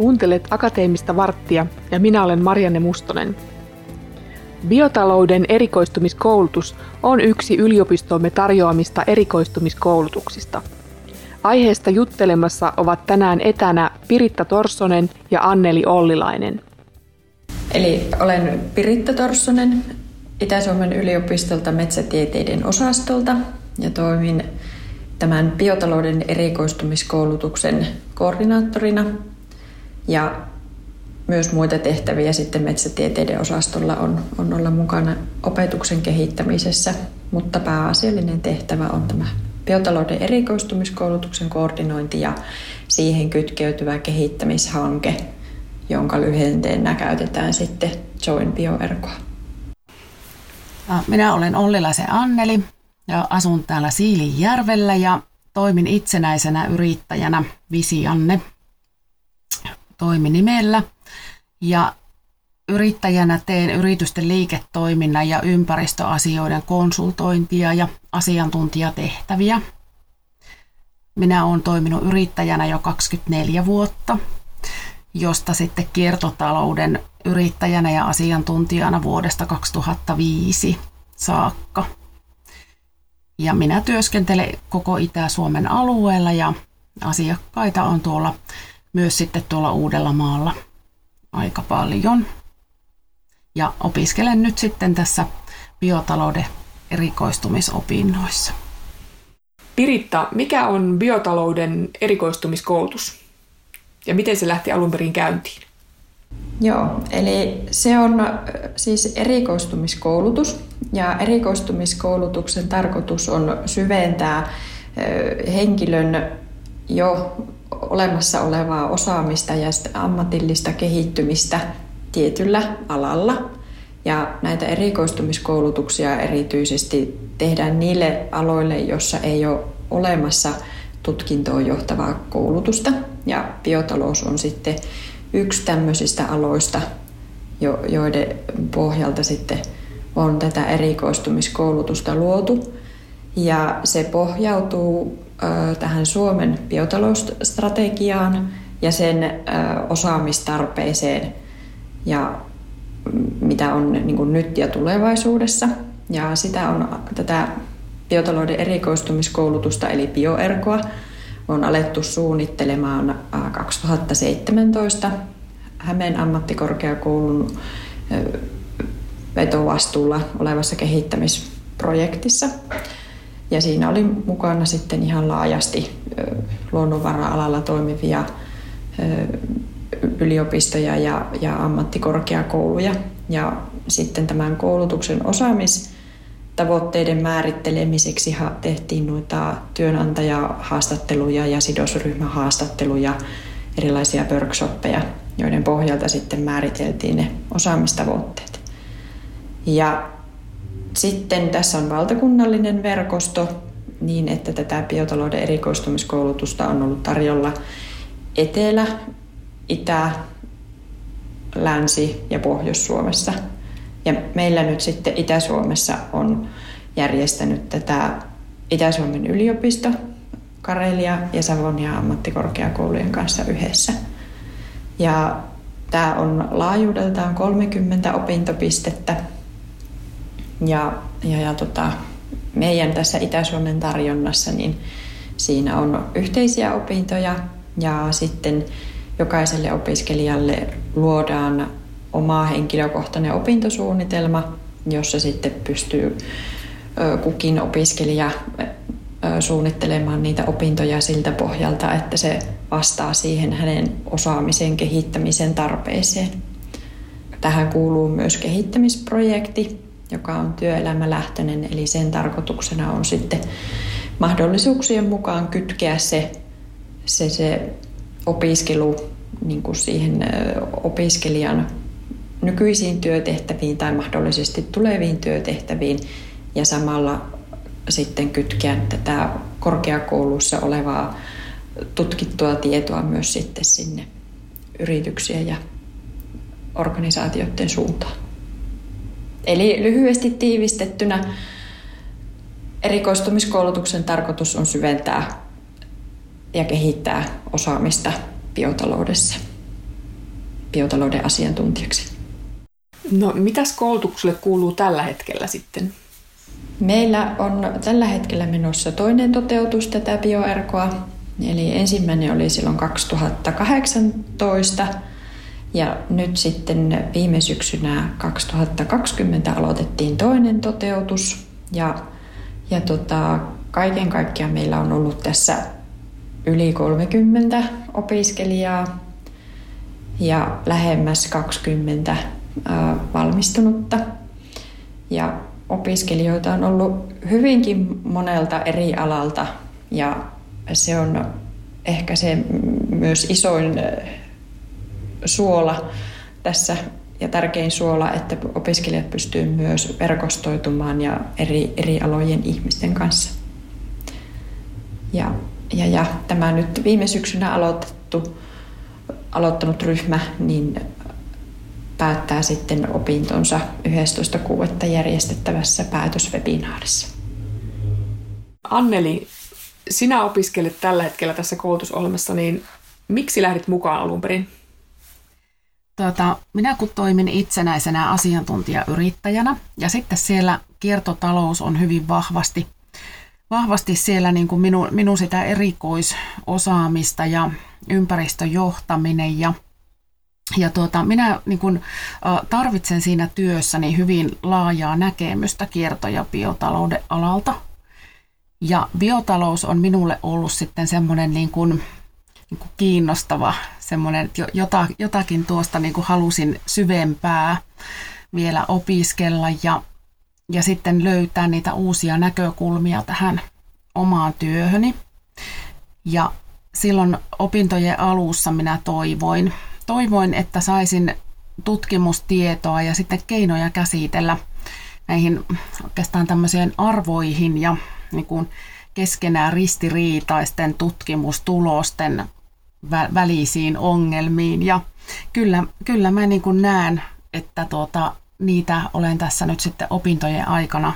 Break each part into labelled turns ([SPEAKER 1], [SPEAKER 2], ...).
[SPEAKER 1] Kuuntelet Akateemista varttia ja minä olen Marianne Mustonen. Biotalouden erikoistumiskoulutus on yksi yliopistomme tarjoamista erikoistumiskoulutuksista. Aiheesta juttelemassa ovat tänään etänä Piritta Torssonen ja Anneli Ollilainen.
[SPEAKER 2] Eli olen Piritta Torssonen Itä-Suomen yliopistolta metsätieteiden osastolta ja toimin tämän biotalouden erikoistumiskoulutuksen koordinaattorina. Ja myös muita tehtäviä sitten metsätieteiden osastolla on olla mukana opetuksen kehittämisessä, mutta pääasiallinen tehtävä on tämä biotalouden erikoistumiskoulutuksen koordinointi ja siihen kytkeytyvä kehittämishanke, jonka lyhenteenä käytetään sitten Join Bioerkoa.
[SPEAKER 3] Minä olen Ollilaisen Anneli ja asun täällä Siilinjärvellä ja toimin itsenäisenä yrittäjänä Visianne toiminimellä. Ja yrittäjänä teen yritysten liiketoiminnan ja ympäristöasioiden konsultointia ja asiantuntijatehtäviä. Minä olen toiminut yrittäjänä jo 24 vuotta, josta sitten kiertotalouden yrittäjänä ja asiantuntijana vuodesta 2005 saakka. Ja minä työskentelen koko Itä-Suomen alueella ja asiakkaita on myös sitten tuolla Uudellamaalla aika paljon. Ja opiskelen nyt sitten tässä biotalouden erikoistumisopinnoissa.
[SPEAKER 1] Piritta, mikä on biotalouden erikoistumiskoulutus ja miten se lähti alun perin käyntiin?
[SPEAKER 2] Joo, eli se on siis erikoistumiskoulutus ja erikoistumiskoulutuksen tarkoitus on syventää henkilön jo olemassa olevaa osaamista ja ammatillista kehittymistä tietyllä alalla. Ja näitä erikoistumiskoulutuksia erityisesti tehdään niille aloille, jossa ei ole olemassa tutkintoon johtavaa koulutusta. Ja biotalous on sitten yksi tämmöisistä aloista, joiden pohjalta sitten on tätä erikoistumiskoulutusta luotu. Ja se pohjautuu tähän Suomen biotalousstrategiaan ja sen osaamistarpeeseen, ja mitä on niin kuin nyt ja tulevaisuudessa. Ja sitä on tätä biotalouden erikoistumiskoulutusta eli bioerkoa on alettu suunnittelemaan 2017 Hämeen ammattikorkeakoulun vetovastuulla olevassa kehittämisprojektissa. Ja siinä oli mukana sitten ihan laajasti luonnonvara-alalla toimivia yliopistoja ja ammattikorkeakouluja. Ja sitten tämän koulutuksen osaamistavoitteiden määrittelemiseksi tehtiin noita työnantajahaastatteluja ja sidosryhmähaastatteluja, erilaisia workshoppeja, joiden pohjalta sitten määriteltiin ne osaamistavoitteet. Ja sitten tässä on valtakunnallinen verkosto niin, että tätä biotalouden erikoistumiskoulutusta on ollut tarjolla Etelä-, Itä-, Länsi- ja Pohjois-Suomessa. Ja meillä nyt sitten Itä-Suomessa on järjestänyt tätä Itä-Suomen yliopisto, Karelia ja Savonia ammattikorkeakoulujen kanssa yhdessä. Ja tämä on laajuudeltaan 30 opintopistettä. Ja meidän tässä Itä-Suomen tarjonnassa, niin siinä on yhteisiä opintoja ja sitten jokaiselle opiskelijalle luodaan oma henkilökohtainen opintosuunnitelma, jossa sitten pystyy kukin opiskelija suunnittelemaan niitä opintoja siltä pohjalta, että se vastaa siihen hänen osaamisen kehittämisen tarpeeseen. Tähän kuuluu myös kehittämisprojekti, joka on työelämälähtöinen, eli sen tarkoituksena on sitten mahdollisuuksien mukaan kytkeä se opiskelu niin kuin siihen opiskelijan nykyisiin työtehtäviin tai mahdollisesti tuleviin työtehtäviin ja samalla sitten kytkeä tätä korkeakoulussa olevaa tutkittua tietoa myös sitten sinne yrityksien ja organisaatioiden suuntaan. Eli lyhyesti tiivistettynä erikoistumiskoulutuksen tarkoitus on syventää ja kehittää osaamista biotaloudessa. biotalouden asiantuntijaksi.
[SPEAKER 1] No, mitäs koulutukselle kuuluu tällä hetkellä sitten?
[SPEAKER 2] Meillä on tällä hetkellä menossa toinen toteutus tätä bioerkoa. Eli ensimmäinen oli silloin 2018 ja nyt sitten viime syksynä 2020 aloitettiin toinen toteutus. Ja kaiken kaikkiaan meillä on ollut tässä yli 30 opiskelijaa ja lähemmäs 20 valmistunutta. Ja opiskelijoita on ollut hyvinkin monelta eri alalta ja se on ehkä se myös isoin suola tässä ja tärkein suola, että opiskelijat pystyvät myös verkostoitumaan ja eri alojen ihmisten kanssa. Ja tämä nyt viime syksynä aloittanut ryhmä niin päättää sitten opintonsa 11.6. järjestettävässä päätöswebinaarissa.
[SPEAKER 1] Anneli, sinä opiskelet tällä hetkellä tässä koulutusohjelmassa, niin miksi lähdit mukaan alun perin?
[SPEAKER 3] Minä kun toimin itsenäisenä asiantuntijayrittäjänä ja sitten siellä kiertotalous on hyvin vahvasti siellä niin kuin minun sitä erikoisosaamista ja ympäristöjohtaminen ja minä niin kuin, tarvitsen siinä työssäni hyvin laajaa näkemystä kierto- ja biotalouden alalta. Ja biotalous on minulle ollut sitten semmoinen niin kuin kiinnostava, semmoinen, että jotakin tuosta niin kuin halusin syvempää vielä opiskella ja sitten löytää niitä uusia näkökulmia tähän omaan työhöni. Ja silloin opintojen alussa minä toivoin, että saisin tutkimustietoa ja sitten keinoja käsitellä näihin oikeastaan tämmöisiin arvoihin ja niin kuin keskenään ristiriitaisten tutkimustulosten välisiin ongelmiin. Ja kyllä mä niin kuin näen, että niitä olen tässä nyt sitten opintojen aikana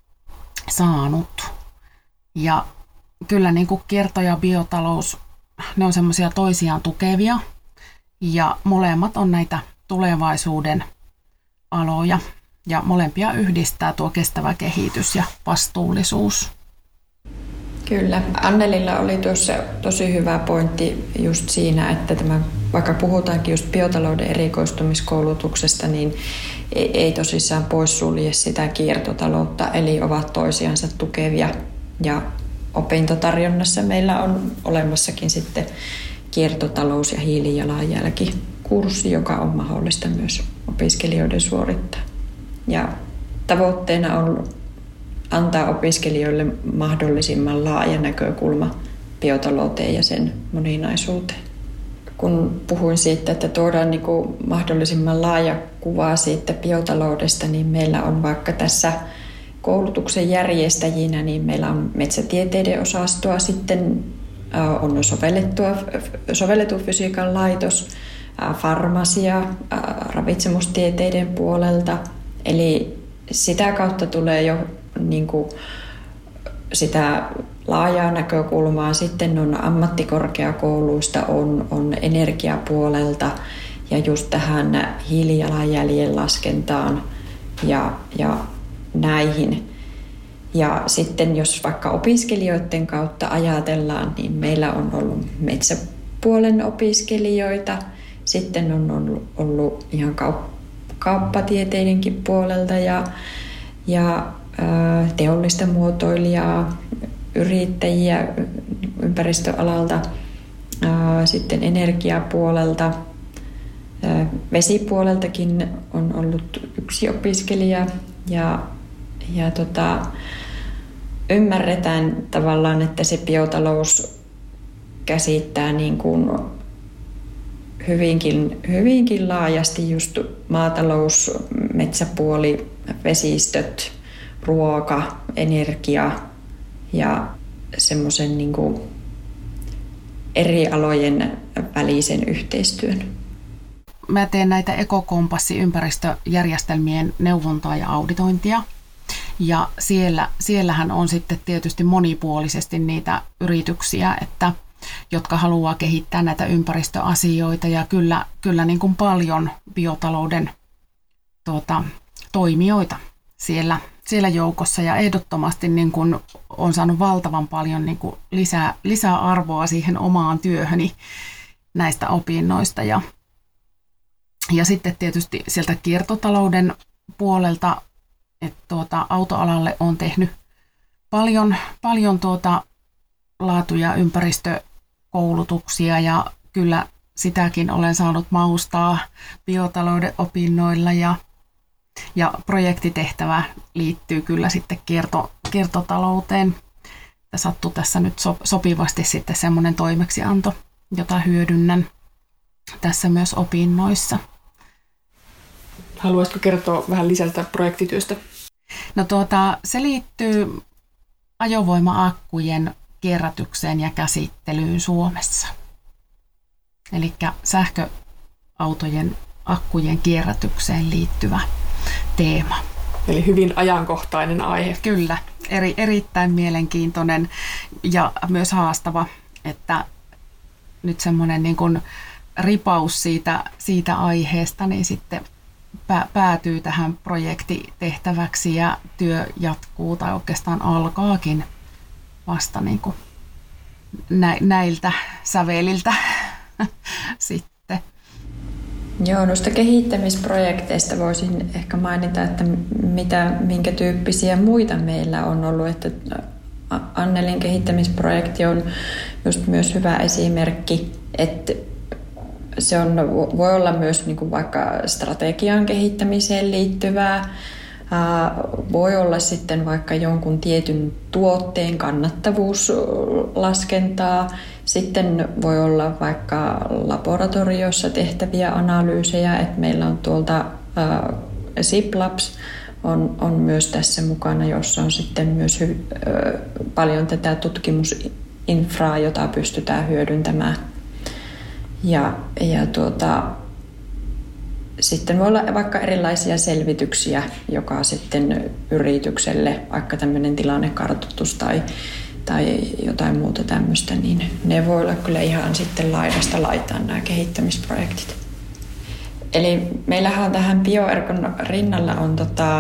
[SPEAKER 3] saanut. Ja kyllä niin kuin kierto ja biotalous, ne on semmoisia toisiaan tukevia ja molemmat on näitä tulevaisuuden aloja ja molempia yhdistää tuo kestävä kehitys ja vastuullisuus.
[SPEAKER 2] Kyllä. Annelilla oli tuossa tosi hyvä pointti just siinä, että vaikka puhutaankin just biotalouden erikoistumiskoulutuksesta, niin ei tosissaan poissulje sitä kiertotaloutta, eli ovat toisiansa tukevia. Ja opintotarjonnassa meillä on olemassakin sitten kiertotalous- ja hiilijalanjälki-kurssi, joka on mahdollista myös opiskelijoiden suorittaa. Ja tavoitteena on antaa opiskelijoille mahdollisimman laaja näkökulma biotalouteen ja sen moninaisuuteen. Kun puhuin siitä, että tuodaan niin kuin mahdollisimman laaja kuva siitä biotaloudesta, niin meillä on vaikka tässä koulutuksen järjestäjinä, niin meillä on metsätieteiden osastoa, sitten on sovelletun fysiikan laitos, farmasia, ravitsemustieteiden puolelta. Eli sitä kautta tulee jo niin kuin sitä laajaa näkökulmaa. Sitten on ammattikorkeakouluista, on energiapuolelta ja just tähän hiilijalanjäljen laskentaan ja näihin. Ja sitten jos vaikka opiskelijoiden kautta ajatellaan, niin meillä on ollut metsäpuolen opiskelijoita, sitten on ollut ihan kauppatieteidenkin puolelta ja teollista muotoilijaa, yrittäjiä ympäristöalalta, sitten energiapuolelta, vesipuoleltakin on ollut yksi opiskelija ja ymmärretään tavallaan, että se biotalous käsittää niin kuin hyvinkin laajasti just maatalous, metsäpuoli, vesistöt, ruoka, energia ja semmoisen niin kuin eri alojen välisen yhteistyön.
[SPEAKER 3] Mä teen näitä ekokompassi-ympäristöjärjestelmien neuvontaa ja auditointia. Ja siellähän on sitten tietysti monipuolisesti niitä yrityksiä, että jotka haluaa kehittää näitä ympäristöasioita ja kyllä niin kuin paljon biotalouden toimijoita siellä joukossa ja ehdottomasti niin kuin on saanut valtavan paljon niin kuin lisää arvoa siihen omaan työhöni näistä opinnoista ja sitten tietysti sieltä kiertotalouden puolelta, että autoalalle on tehnyt paljon laatu- ja ympäristökoulutuksia ja kyllä sitäkin olen saanut maustaa biotalouden opinnoilla ja projektitehtävä liittyy kyllä sitten kiertotalouteen. Sattui tässä nyt sopivasti sitten semmoinen toimeksianto, jota hyödynnän tässä myös opinnoissa.
[SPEAKER 1] Haluaisitko kertoa vähän lisää tästä projektityöstä?
[SPEAKER 3] No se liittyy ajovoima-akkujen kierrätykseen ja käsittelyyn Suomessa. Eli sähköautojen akkujen kierrätykseen liittyvä teema.
[SPEAKER 1] Eli hyvin ajankohtainen aihe.
[SPEAKER 3] Kyllä, erittäin mielenkiintoinen ja myös haastava, että nyt semmoinen niin kuin ripaus siitä aiheesta niin sitten päätyy tähän projektitehtäväksi ja työ jatkuu tai oikeastaan alkaakin vasta niin kuin näiltä säveliltä sitten.
[SPEAKER 2] Joo, noista kehittämisprojekteista voisin ehkä mainita, että minkä tyyppisiä muita meillä on ollut. Että Annelin kehittämisprojekti on just myös hyvä esimerkki, että se voi olla myös niin kuin vaikka strategian kehittämiseen liittyvää, voi olla sitten vaikka jonkun tietyn tuotteen kannattavuuslaskentaa, sitten voi olla vaikka laboratoriossa tehtäviä analyysejä, että meillä on tuolta SIP-Labs on myös tässä mukana, jossa on sitten myös paljon tätä tutkimusinfraa, jota pystytään hyödyntämään. Sitten voi olla vaikka erilaisia selvityksiä, joka sitten yritykselle, vaikka tämmöinen tilannekartoitus tai jotain muuta tämmöistä, niin ne voi olla kyllä ihan sitten laidasta laitaan nämä kehittämisprojektit. Eli meillähän on tähän BioErgon rinnalla on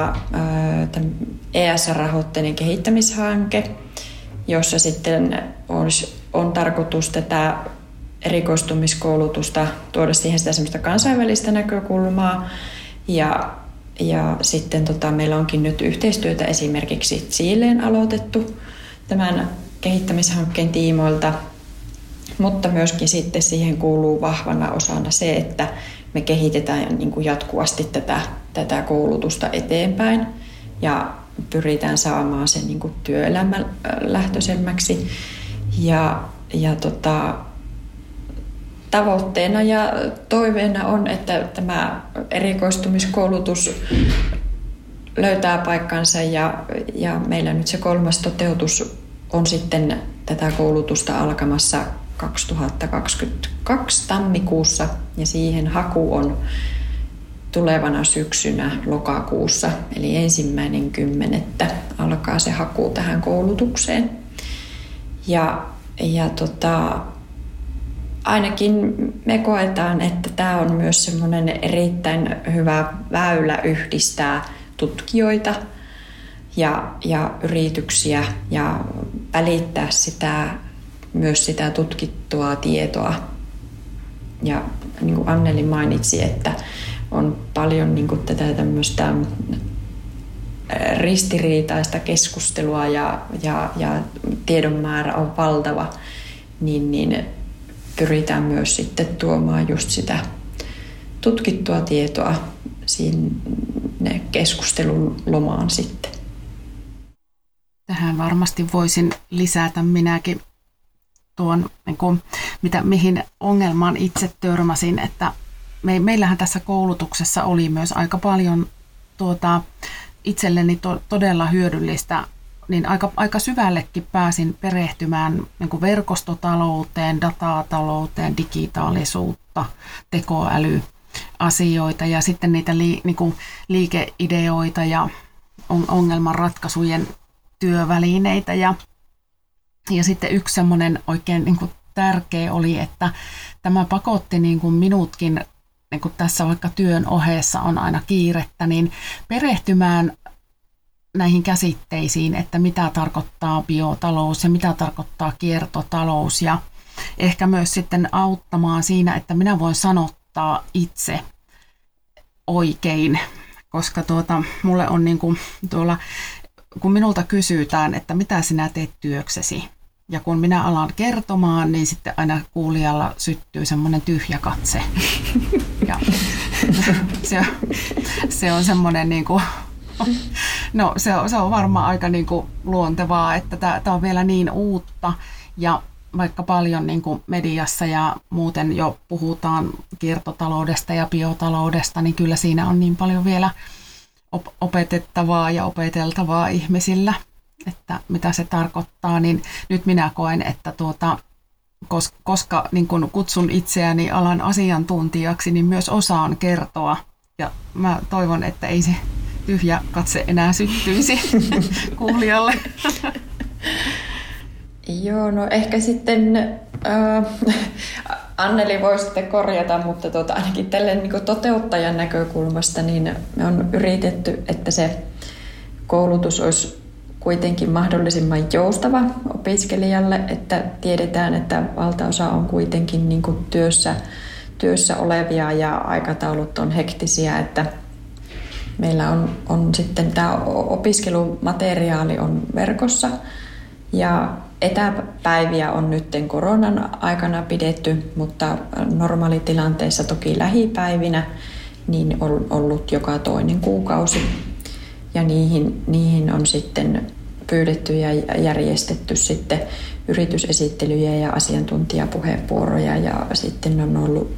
[SPEAKER 2] ESR-rahoitteinen kehittämishanke, jossa sitten on tarkoitus tätä erikoistumiskoulutusta tuoda siihen sitä semmoista kansainvälistä näkökulmaa ja sitten meillä onkin nyt yhteistyötä esimerkiksi Chileen aloitettu tämän kehittämishankkeen tiimoilta, mutta myöskin sitten siihen kuuluu vahvana osana se, että me kehitetään niin kuin jatkuvasti tätä koulutusta eteenpäin ja pyritään saamaan se niin kuin työelämälähtöisemmäksi tavoitteena ja toiveena on, että tämä erikoistumiskoulutus löytää paikkansa ja meillä nyt se 3. toteutus on sitten tätä koulutusta alkamassa 2022 tammikuussa ja siihen haku on tulevana syksynä lokakuussa, eli 1.10. alkaa se haku tähän koulutukseen. Ainakin me koetaan, että tämä on myös semmoinen erittäin hyvä väylä yhdistää tutkijoita ja yrityksiä ja välittää myös sitä tutkittua tietoa. Ja niin kuin Anneli mainitsi, että on paljon niin kuin tätä tämmöistä ristiriitaista keskustelua ja tiedon määrä on valtava, niin pyritään myös sitten tuomaan just sitä tutkittua tietoa sinne keskustelun lomaan sitten.
[SPEAKER 3] Tähän varmasti voisin lisätä minäkin tuon, mihin ongelmaan itse törmäsin, että meillähän tässä koulutuksessa oli myös aika paljon itselleni todella hyödyllistä, niin aika syvällekin pääsin perehtymään niin kuin verkostotalouteen, datatalouteen, digitaalisuutta, tekoälyasioita ja sitten niitä niin kuin liikeideoita ja ongelmanratkaisujen työvälineitä. Ja sitten yksi semmoinen oikein niin kuin tärkeä oli, että tämä pakotti niin kuin minutkin, niin kuin tässä vaikka työn ohessa on aina kiirettä, niin perehtymään näihin käsitteisiin, että mitä tarkoittaa biotalous ja mitä tarkoittaa kiertotalous ja ehkä myös sitten auttamaan siinä, että minä voin sanottaa itse oikein, koska mulle on niin kuin tuolla, kun minulta kysytään, että mitä sinä teet työksesi, ja kun minä alan kertomaan, niin sitten aina kuulijalla syttyy semmoinen tyhjä katse. Ja se on semmoinen, niin kuin, no se on varmaan aika niin kuin luontevaa, että tämä on vielä niin uutta, ja vaikka paljon niin kuin mediassa ja muuten jo puhutaan kiertotaloudesta ja biotaloudesta, niin kyllä siinä on niin paljon vielä opetettavaa ja opeteltavaa ihmisillä, että mitä se tarkoittaa, niin nyt minä koen, että koska niin kun kutsun itseäni alan asiantuntijaksi, niin myös osaan kertoa, ja mä toivon, että ei se tyhjä katse enää syttyisi kuulijalle.
[SPEAKER 2] Joo, no ehkä sitten Anneli voi sitten korjata, mutta ainakin tälleen niin toteuttajan näkökulmasta niin me on yritetty, että se koulutus olisi kuitenkin mahdollisimman joustava opiskelijalle, että tiedetään, että valtaosa on kuitenkin niin kuin työssä olevia ja aikataulut on hektisiä, että meillä on sitten tämä opiskelumateriaali on verkossa ja etäpäiviä on nyt koronan aikana pidetty, mutta normaalitilanteessa toki lähipäivinä niin on ollut joka toinen kuukausi. Ja niihin on sitten pyydetty ja järjestetty sitten yritysesittelyjä ja asiantuntijapuheenvuoroja ja sitten on ollut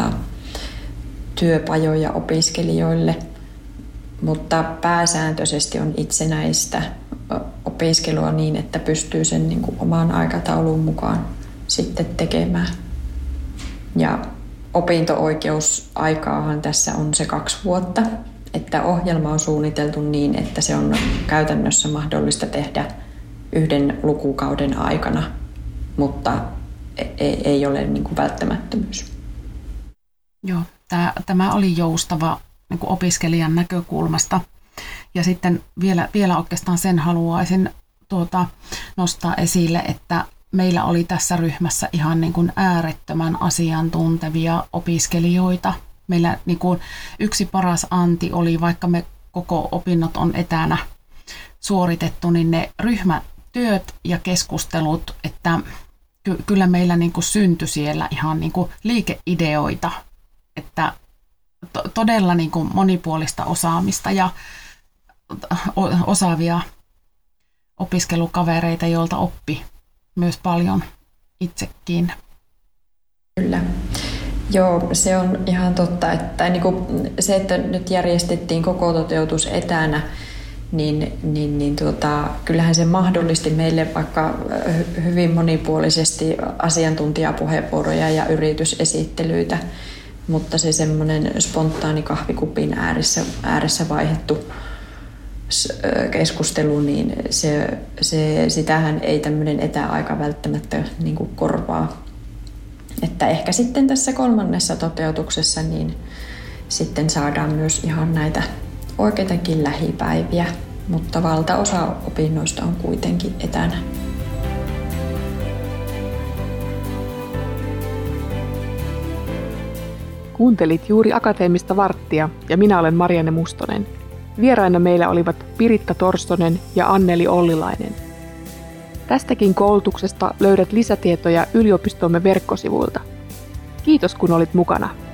[SPEAKER 2] työpajoja opiskelijoille, mutta pääsääntöisesti on itsenäistä opiskelua niin, että pystyy sen niin kuin oman aikataulun mukaan sitten tekemään. Ja opinto-oikeusaikaahan tässä on se 2 vuotta, että ohjelma on suunniteltu niin, että se on käytännössä mahdollista tehdä 1 lukukauden aikana, mutta ei ole niin kuin välttämättömyys.
[SPEAKER 3] Joo, tämä oli joustava niin kuin opiskelijan näkökulmasta. Ja sitten vielä oikeastaan sen haluaisin nostaa esille, että meillä oli tässä ryhmässä ihan niin kuin äärettömän asiantuntevia opiskelijoita. Meillä niin kuin yksi paras anti oli, vaikka me koko opinnot on etänä suoritettu, niin ne ryhmätyöt ja keskustelut, että kyllä meillä niin kuin syntyi siellä ihan niin kuin liikeideoita, että todella niin kuin monipuolista osaamista ja osaavia opiskelukavereita, joilta oppi myös paljon itsekin.
[SPEAKER 2] Kyllä. Joo, se on ihan totta, että niin kuin se, että nyt järjestettiin koko toteutus etänä, niin kyllähän se mahdollisti meille vaikka hyvin monipuolisesti asiantuntijapuheenvuoroja ja yritysesittelyitä, mutta se semmoinen spontaani kahvikupin ääressä vaihdettu keskustelu, niin sitähän ei tämmöinen etäaika välttämättä niin kuin korvaa. Että ehkä sitten tässä 3. toteutuksessa niin sitten saadaan myös ihan näitä oikeitakin lähipäiviä, mutta valtaosa opinnoista on kuitenkin etänä.
[SPEAKER 1] Kuuntelit juuri Akateemista varttia ja minä olen Marianne Mustonen. Vieraina meillä olivat Piritta Torssonen ja Anneli Ollilainen. Tästäkin koulutuksesta löydät lisätietoja yliopistomme verkkosivuilta. Kiitos kun olit mukana.